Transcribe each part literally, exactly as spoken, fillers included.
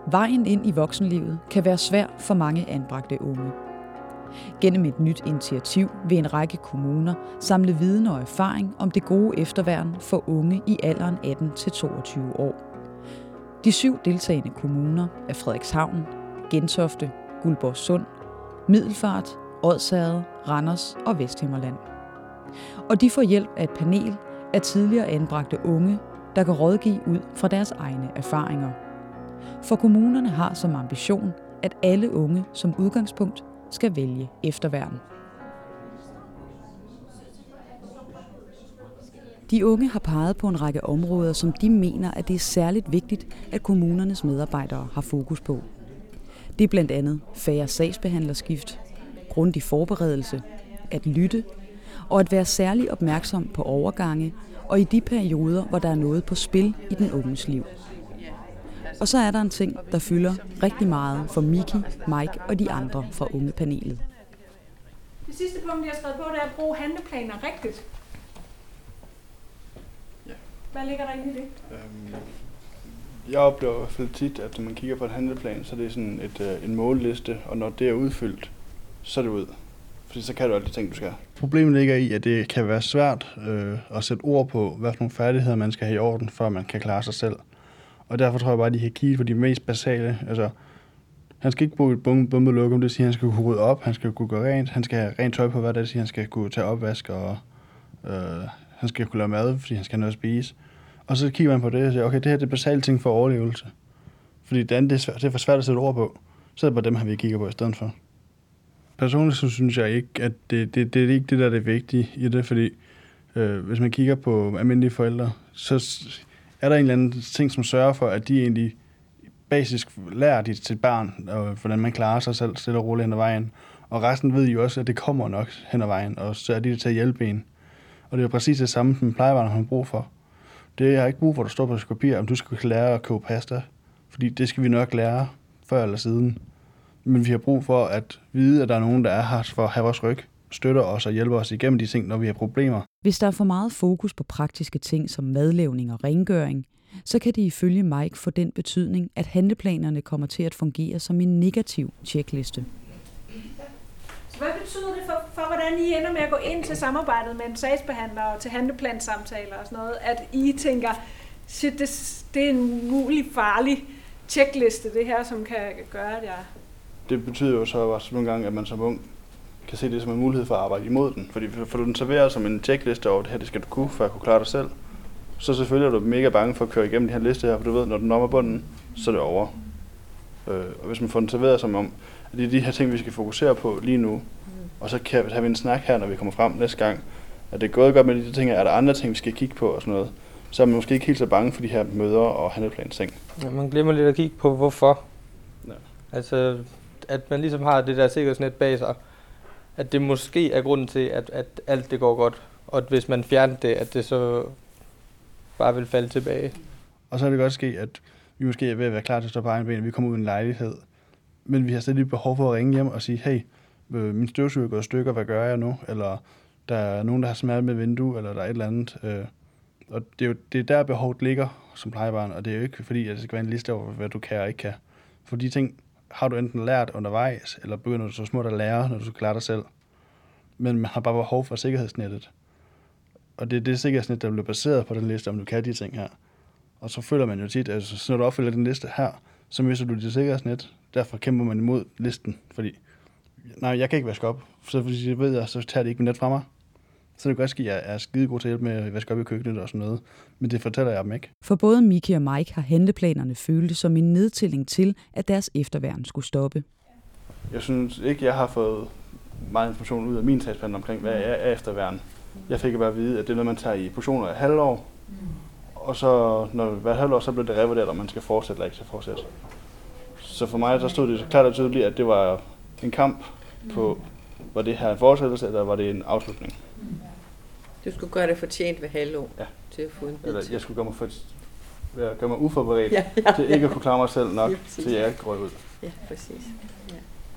Vejen ind i voksenlivet kan være svær for mange anbragte unge. Gennem et nyt initiativ vil en række kommuner samle viden og erfaring om det gode efterværn for unge i alderen atten til toogtyve år. De syv deltagende kommuner er Frederikshavn, Gentofte, Guldborgsund, Middelfart, Odsherred, Randers og Vesthimmerland. Og de får hjælp af et panel af tidligere anbragte unge, der kan rådgive ud fra deres egne erfaringer. For kommunerne har som ambition, at alle unge som udgangspunkt skal vælge efterværn. De unge har peget på en række områder, som de mener, at det er særligt vigtigt, at kommunernes medarbejdere har fokus på. Det er blandt andet færre sagsbehandlerskift, grundig forberedelse, at lytte og at være særlig opmærksom på overgange og i de perioder, hvor der er noget på spil i den unges liv. Og så er der en ting, der fylder rigtig meget for Miki, Mike og de andre fra ungepanelet. Det sidste punkt, jeg har skrevet på, det er at bruge handleplaner rigtigt. Hvad ligger der inde i det? Øhm, jeg oplever i hvert fald tit, at når man kigger på en handleplan, så er det sådan et, øh, en målliste, og når det er udfyldt, så er det ud. Fordi så kan du alle de ting, du skal. Problemet ligger i, at det kan være svært øh, at sætte ord på, hvad for nogle færdigheder man skal have i orden, før man kan klare sig selv. Og derfor tror jeg bare, at de kan kigge på de mest basale. Altså, han skal ikke bo i et bombelokum, det siger, at han skal kunne rydde op, han skal kunne gøre rent, han skal have rent tøj på hver dag, det siger, at han skal kunne tage opvask, og øh, han skal kunne lave mad, fordi han skal have noget at spise. Og så kigger man på det og siger, okay, det her det er basale ting for overlevelse. Fordi det andet, det er, svært, det er for svært at sætte ord på. Så er det bare dem, her vi kigger på i stedet for. Personligt så synes jeg ikke, at det, det, det er ikke det, der er det vigtige i det, fordi øh, hvis man kigger på almindelige forældre, så er der en eller anden ting, som sørger for, at de egentlig basisk lærer dit til barn, og hvordan man klarer sig selv stille og roligt hen ad vejen. Og resten ved jo også, at det kommer nok hen ad vejen, og så er de til at hjælpe en. Og det er præcis det samme, som plejebarnet har brug for. Det er ikke brug for, at der står på et papir, om du skal lære at koge pasta, fordi det skal vi nok lære før eller siden. Men vi har brug for at vide, at der er nogen, der er her for at have vores ryg, støtter os og hjælper os igennem de ting, når vi har problemer. Hvis der er for meget fokus på praktiske ting som madlavning og rengøring, så kan det ifølge Mike få den betydning, at handleplanerne kommer til at fungere som en negativ tjekliste. Så hvad betyder det for, for, hvordan I ender med at gå ind til samarbejdet med en sagsbehandler og til handleplansamtaler og sådan noget, at I tænker, shit, det, det er en mulig farlig tjekliste, det her, som kan gøre, at jeg... Det betyder jo så også nogle gange, at man som ung kan se det som en mulighed for at arbejde imod den. Fordi for du den serverer som en tjekliste over det her, det skal du kunne, for at kunne klare dig selv. Så selvfølgelig er du mega bange for at køre igennem de her liste her, for du ved, når du når bunden, så er det over. Øh, og hvis man får den serveret som om, at det er de her ting, vi skal fokusere på lige nu, og så kan vi have en snak her, når vi kommer frem næste gang, at det er gået godt med de ting, er der andre ting, vi skal kigge på og sådan noget, så er man måske ikke helt så bange for de her møder og handleplansting. Ja, man glemmer lidt at kigge på, hvorfor. Ja. Altså, at man ligesom har det der sikkerhedsnet bag sig, at det måske er grunden til, at, at alt det går godt, og at hvis man fjerner det, at det så bare vil falde tilbage. Og så er det godt ske, at vi måske er ved at være klar til at stå på egen ben, og vi kommer ud i en lejlighed, men vi har stadig behov for at ringe hjem og sige, hey, min støvsuger er gået i stykker, hvad gør jeg nu? Eller der er nogen, der har smadret med vindue, eller der er et eller andet. Og det er jo det er der behovet ligger som plejebarn, og det er jo ikke fordi, at det skal være en liste over, hvad du kan og ikke kan. For de ting har du enten lært undervejs, eller begynder du så småt at lære, når du skal klare dig selv. Men man har bare behov for sikkerhedsnettet. Og det er det sikkerhedsnet, der bliver baseret på den liste, om du kan de ting her. Og så føler man jo tit, at så når du opfylder den liste her, så mister du dit sikkerhedsnet. Derfor kæmper man imod listen, fordi nej, jeg kan ikke vaske op. Så hvis jeg ved, så tager det ikke min net fra mig. Så det kan godt ske, at jeg er skide god til at hjælpe med at vaske op i køkkenet og sådan noget. Men det fortæller jeg dem ikke. For både Miki og Mike har handleplanerne følt som en nedtælling til, at deres efterværn skulle stoppe. Jeg synes ikke, jeg har fået meget information ud af min sagsplan omkring, hvad er efterværn. Jeg fik bare at vide, at det er noget, man tager i portioner af halvår. Og så, når hver halvår, så bliver det revurderet, om man skal fortsætte eller ikke skal fortsætte. Så for mig, der stod det klart og tydeligt, at det var en kamp på, var det her en fortsættelse, eller var det en afslutning. Du skulle gøre det fortjent ved halvår, ja. Til at få en bid. Eller jeg skulle gøre mig, for, gøre mig uforberedt ja, ja, til ikke at kunne klare mig selv nok, ja, til jeg ikke går ud. Ja, præcis. Ja.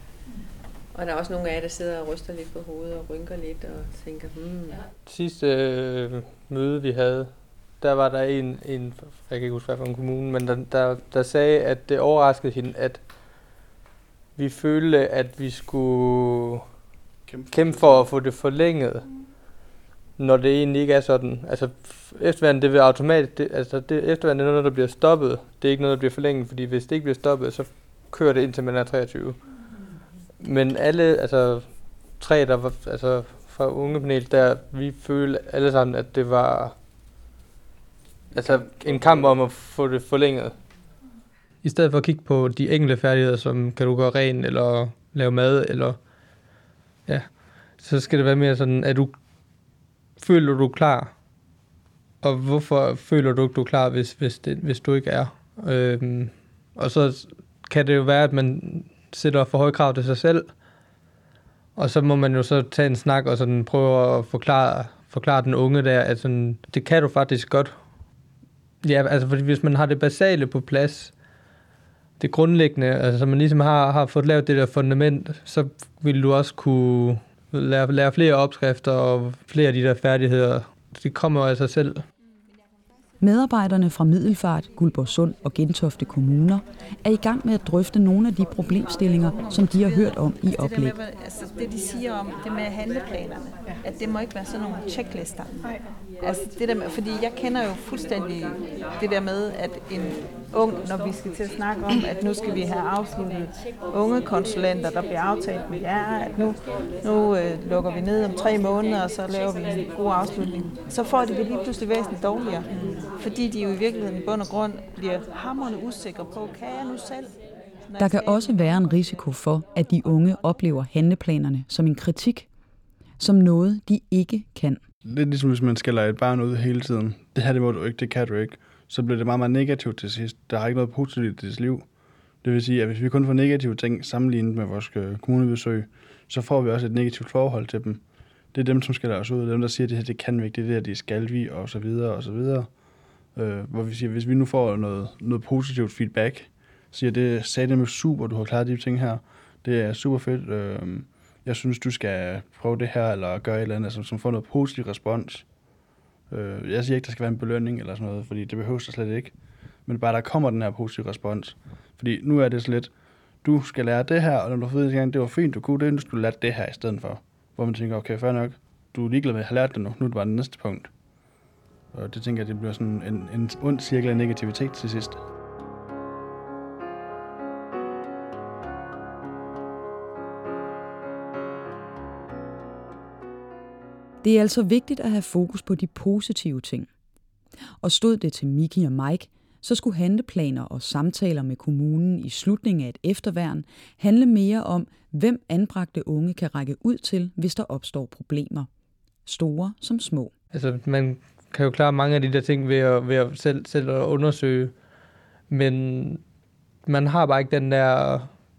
Og der er også nogle af jer, der sidder og ryster lidt på hovedet og rynker lidt og tænker, hmm. Sidste øh, møde, vi havde, der var der en, en jeg kan ikke huske, hvad for en kommune, men der, der, der sagde, at det overraskede hende, at vi følte, at vi skulle kæmpe, kæmpe for at få det forlænget, når det egentlig ikke er sådan. Altså efterværende, det vil automatisk, det, altså det, efterværende er noget, der bliver stoppet. Det er ikke noget, der bliver forlænget, fordi hvis det ikke bliver stoppet, så kører det indtil man er treogtyve. Men alle, altså tre, der var, altså fra ungepanel, der vi følte alle sammen, at det var altså en kamp om at få det forlænget. I stedet for at kigge på de enkelte færdigheder, som kan du gøre ren, eller lave mad, eller ja, så skal det være mere sådan, at du føler du er klar, og hvorfor føler du ikke, du er klar, hvis, hvis, det, hvis du ikke er. Øhm, og så kan det jo være, at man sætter for høje krav til sig selv, og så må man jo så tage en snak og sådan prøve at forklare, forklare den unge der, at sådan, det kan du faktisk godt. Ja, altså fordi hvis man har det basale på plads, det grundlæggende, altså man ligesom har, har fået lavet det der fundament, så vil du også kunne lære, lære flere opskrifter og flere af de der færdigheder. Det kommer jo af sig selv. Medarbejderne fra Middelfart, Guldborgsund og Gentofte kommuner er i gang med at drøfte nogle af de problemstillinger, som de har hørt om i oplæg. Det, med, altså det de siger om det med handleplanerne, at det må ikke være sådan nogle checklister. Altså det der med, fordi jeg kender jo fuldstændig det der med, at en ung, når vi skal til at snakke om, at nu skal vi have afsluttet unge konsulenter, der bliver aftalt med jer, at nu, nu øh, lukker vi ned om tre måneder, og så laver vi en god afslutning. Så får de det lige pludselig væsentligt dårligere, fordi de jo i virkeligheden i bund og grund bliver hamrende usikre på, kan jeg nu selv? Der kan også være en risiko for, at de unge oplever handleplanerne som en kritik, som noget, de ikke kan. Lidt ligesom hvis man skælder et barn ud hele tiden. Det her, det må du ikke, det kan du ikke. Så bliver det meget, meget negativt til sidst. Der har ikke noget positivt i dit liv. Det vil sige, at hvis vi kun får negative ting sammenlignet med vores kommunebesøg, så får vi også et negativt forhold til dem. Det er dem, som skælder os ud. Det er dem, der siger, at det her, det kan vi ikke, det er det her, det skal vi, og så videre, og så videre. Øh, hvor vi siger, hvis vi nu får noget, noget positivt feedback, siger, det sagde det med super, du har klaret de ting her. Det er super fedt. Øh, jeg synes, du skal prøve det her, eller gøre et eller andet, altså, som får noget positiv respons. Øh, jeg siger ikke, der skal være en belønning eller sådan noget, fordi det behøves der slet ikke. Men bare der kommer den her positive respons. Fordi nu er det så lidt, du skal lære det her, og når du får det gang, det var fint, du kunne det, nu skal du lære det her i stedet for. Hvor man tænker, okay, fair nok, du er ligeglad med at have lært det nu, nu er det bare det næste punkt. Og det tænker jeg, det bliver sådan en, en ond cirkel af negativitet til sidst. Det er altså vigtigt at have fokus på de positive ting. Og stod det til Miki og Mike, så skulle handleplaner og samtaler med kommunen i slutningen af et efterværn handle mere om, hvem anbragte unge kan række ud til, hvis der opstår problemer. Store som små. Altså, man kan jo klare mange af de der ting ved at, ved at selv, selv at undersøge, men man har bare ikke den der,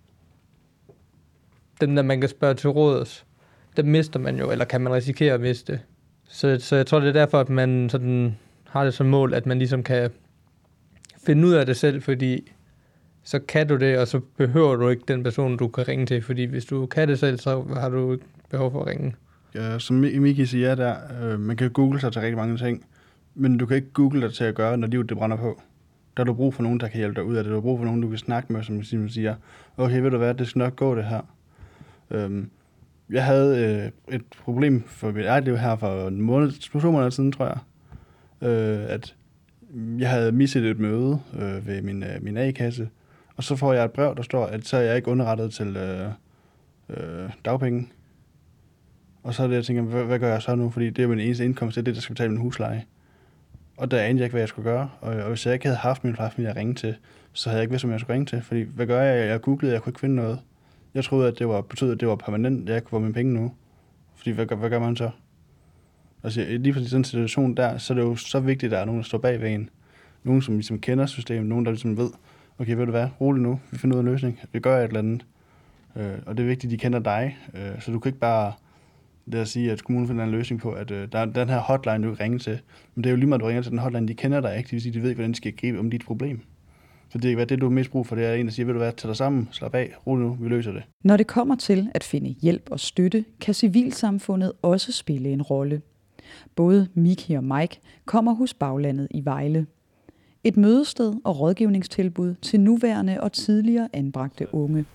den der, man kan spørge til råds. Den mister man jo, eller kan man risikere at miste. Så, så jeg tror, det er derfor, at man sådan har det som mål, at man ligesom kan finde ud af det selv, fordi så kan du det, og så behøver du ikke den person, du kan ringe til, fordi hvis du kan det selv, så har du ikke behov for at ringe. Ja, som Miki siger der, øh, man kan google sig til rigtig mange ting, men du kan ikke google dig til at gøre, når livet det brænder på. Der har du brug for nogen, der kan hjælpe dig ud af det. Du har brug for nogen, du kan snakke med, som siger, okay, ved du hvad, det skal nok gå det her. Øhm, jeg havde øh, et problem for mit eget liv her for en måned, to måneder siden, tror jeg, øh, at jeg havde misset et møde øh, ved min, øh, min A-kasse, og så får jeg et brev, der står, at så er jeg ikke underrettet til øh, øh, dagpenge. Og så er det, jeg tænker, hvad, hvad gør jeg så nu? Fordi det er min eneste indkomst, det er det, der skal betale min husleje. Og der anede jeg ikke, hvad jeg skulle gøre. Og, og hvis jeg ikke havde haft min plejefamilie at ringe til, så havde jeg ikke vidst, om jeg skulle ringe til. Fordi, hvad gør jeg? Jeg googlede, jeg kunne ikke finde noget. Jeg troede, at det var, betød, at det var permanent, jeg ikke kunne få mine penge nu. Fordi, hvad, hvad gør man så? Altså, lige præcis den situation der, så er det jo så vigtigt, at der er nogen, der står bag ved en. Nogen, som ligesom kender systemet. Nogen, der ligesom ved, okay, ved du hvad, rolig nu, vi finder ud af en løsning. Vi gør et eller andet. Øh, og det er vigtigt, at de kender dig. Øh, så du kan ikke bare det at sige, at kommunen finder en løsning på, at øh, der er den her hotline, du kan ringe til. Men det er jo lige meget, du ringer til den hotline, de kender dig ikke. Det vil sige, de ved ikke, hvordan de skal gribe om dit problem. Så det er det, du har mest brug for, det er en, der siger, ved du hvad, tag dig sammen, slap af, rolig nu, vi løser det. Når det kommer til at finde hjælp og støtte, kan civilsamfundet også spille en rolle. Både Miki og Mike kommer hos Baglandet i Vejle. Et mødested og rådgivningstilbud til nuværende og tidligere anbragte unge.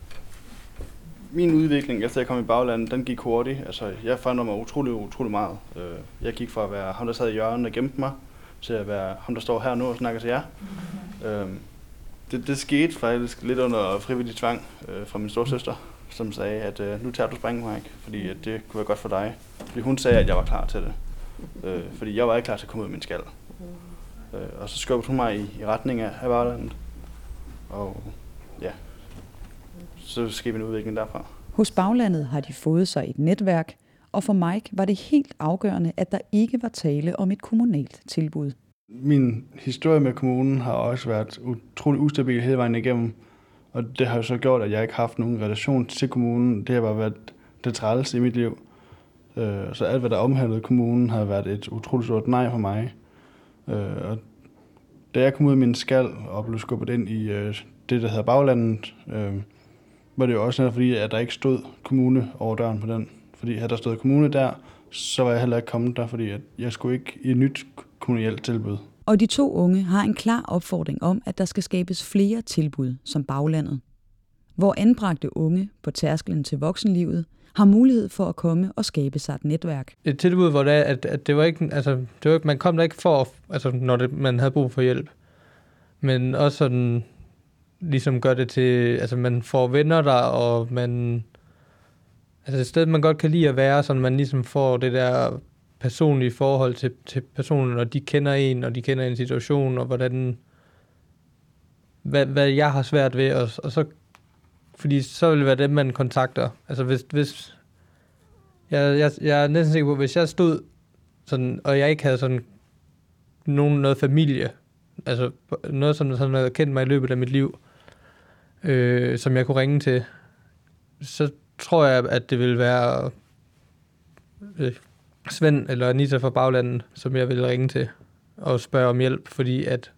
Min udvikling efter jeg kom i Baglandet, den gik hurtigt. Altså, jeg forandrede mig utrolig, utrolig meget. Jeg gik fra at være ham, der sad i hjørnet og gemte mig, til at være ham, der står her nu og snakker til jer. Det, det skete faktisk lidt under frivillig tvang fra min storesøster, som sagde, at nu tager du springen, Mike, fordi at det kunne være godt for dig. Fordi hun sagde, at jeg var klar til det. Fordi jeg var ikke klar til at komme ud af min skal. Og så skubbede hun mig i, i retning af, af Baglandet. Og ja, så skete en udvikling derfra. Hos Baglandet har de fået sig et netværk, og for Mike var det helt afgørende, at der ikke var tale om et kommunalt tilbud. Min historie med kommunen har også været utrolig ustabil hele vejen igennem, og det har jo så gjort, at jeg ikke har haft nogen relation til kommunen. Det har bare været det trælse i mit liv. Så alt, hvad der omhandlede kommunen, har været et utroligt stort nej for mig. Og da jeg kom ud af min skal og blev skubbet ind i det, der hedder Baglandet, var det jo også noget, fordi at der ikke stod kommune over døren på den. Fordi havde der stået kommune der, så var jeg heller ikke kommet der, fordi at jeg skulle ikke i et nyt kommunalt tilbud. Og de to unge har en klar opfordring om, at der skal skabes flere tilbud som Baglandet, hvor anbragte unge på tærsklen til voksenlivet har mulighed for at komme og skabe sig et netværk. Et tilbud, hvor det er, at, at det var ikke, altså, det var ikke, man kom der ikke for, altså, når det, man havde brug for hjælp, men også sådan, ligesom gør det til, altså man får venner der, og man, altså et sted, man godt kan lide at være, så man ligesom får det der personlige forhold til, til personen, og de kender en, og de kender en situation, og hvordan, hvad, hvad jeg har svært ved, og, og så, fordi så vil det være dem, man kontakter. Altså hvis, hvis jeg, jeg, jeg er næsten sikker på, hvis jeg stod sådan, og jeg ikke havde sådan nogen, noget familie, altså noget, som sådan havde kendt mig i løbet af mit liv, øh, som jeg kunne ringe til, så tror jeg, at det ville være øh, Svend eller Anita fra Baglandet, som jeg ville ringe til og spørge om hjælp, fordi at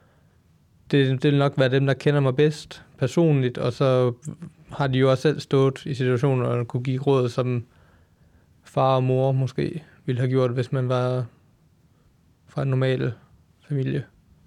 det, det vil nok være dem, der kender mig bedst personligt, og så har de jo også selv stået i situationer og kunne give råd, som far og mor måske ville have gjort, hvis man var fra en normal familie.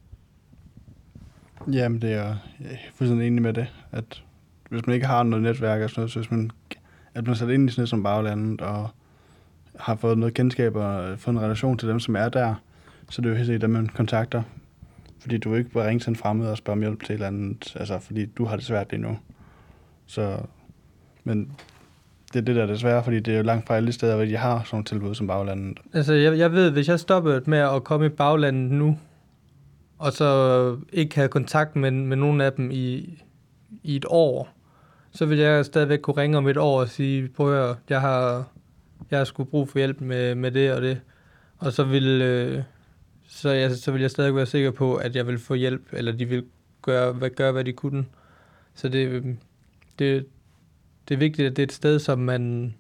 Jamen, det er jeg er fuldstændig enig med det, at hvis man ikke har noget netværk og sådan noget, så hvis man er blevet sat ind i sådan noget som Baglandet og har fået noget kendskab og fået en relation til dem, som er der, så det er jo helt sikkert dem, man kontakter. Fordi du ikke bare ringe til en fremmed og spørge om hjælp til et eller andet, altså fordi du har det svært lige nu. Så, men det er det, der er det svære, fordi det er jo langt fra alle steder, hvor de har sådan et tilbud som Baglandet. Altså, jeg, jeg ved, hvis jeg stoppede med at komme i Baglandet nu, og så ikke have kontakt med, med nogen af dem i, i et år, så vil jeg stadigvæk kunne ringe om et år og sige, prøv at høre, jeg har, jeg har sgu brug for hjælp med, med det og det. Og så vil, øh, så, jeg, så vil jeg stadig være sikker på, at jeg vil få hjælp, eller de vil gøre, hvad, gøre, hvad de kunne. Så det, det, det er vigtigt, at det er et sted, som man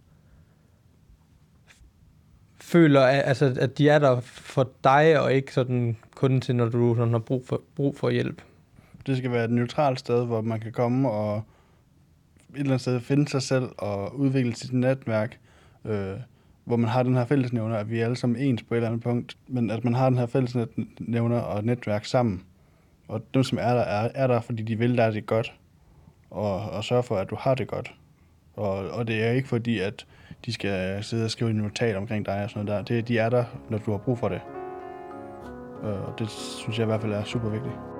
føler, altså, at de er der for dig, og ikke sådan kun til, når du sådan har brug for, brug for hjælp. Det skal være et neutralt sted, hvor man kan komme og et eller andet sted finde sig selv og udvikle sit netværk, øh, hvor man har den her fællesnævner, at vi er alle sammen ens på et eller andet punkt, men at man har den her fællesnævner og netværk sammen. Og dem, som er der, er, er der, fordi de vil lære det godt, og, og sørge for, at du har det godt. Og, og det er ikke fordi, at de skal sidde og skrive en notat omkring dig og sådan noget der. Det, de er der, når du har brug for det. Og det synes jeg i hvert fald er super vigtigt.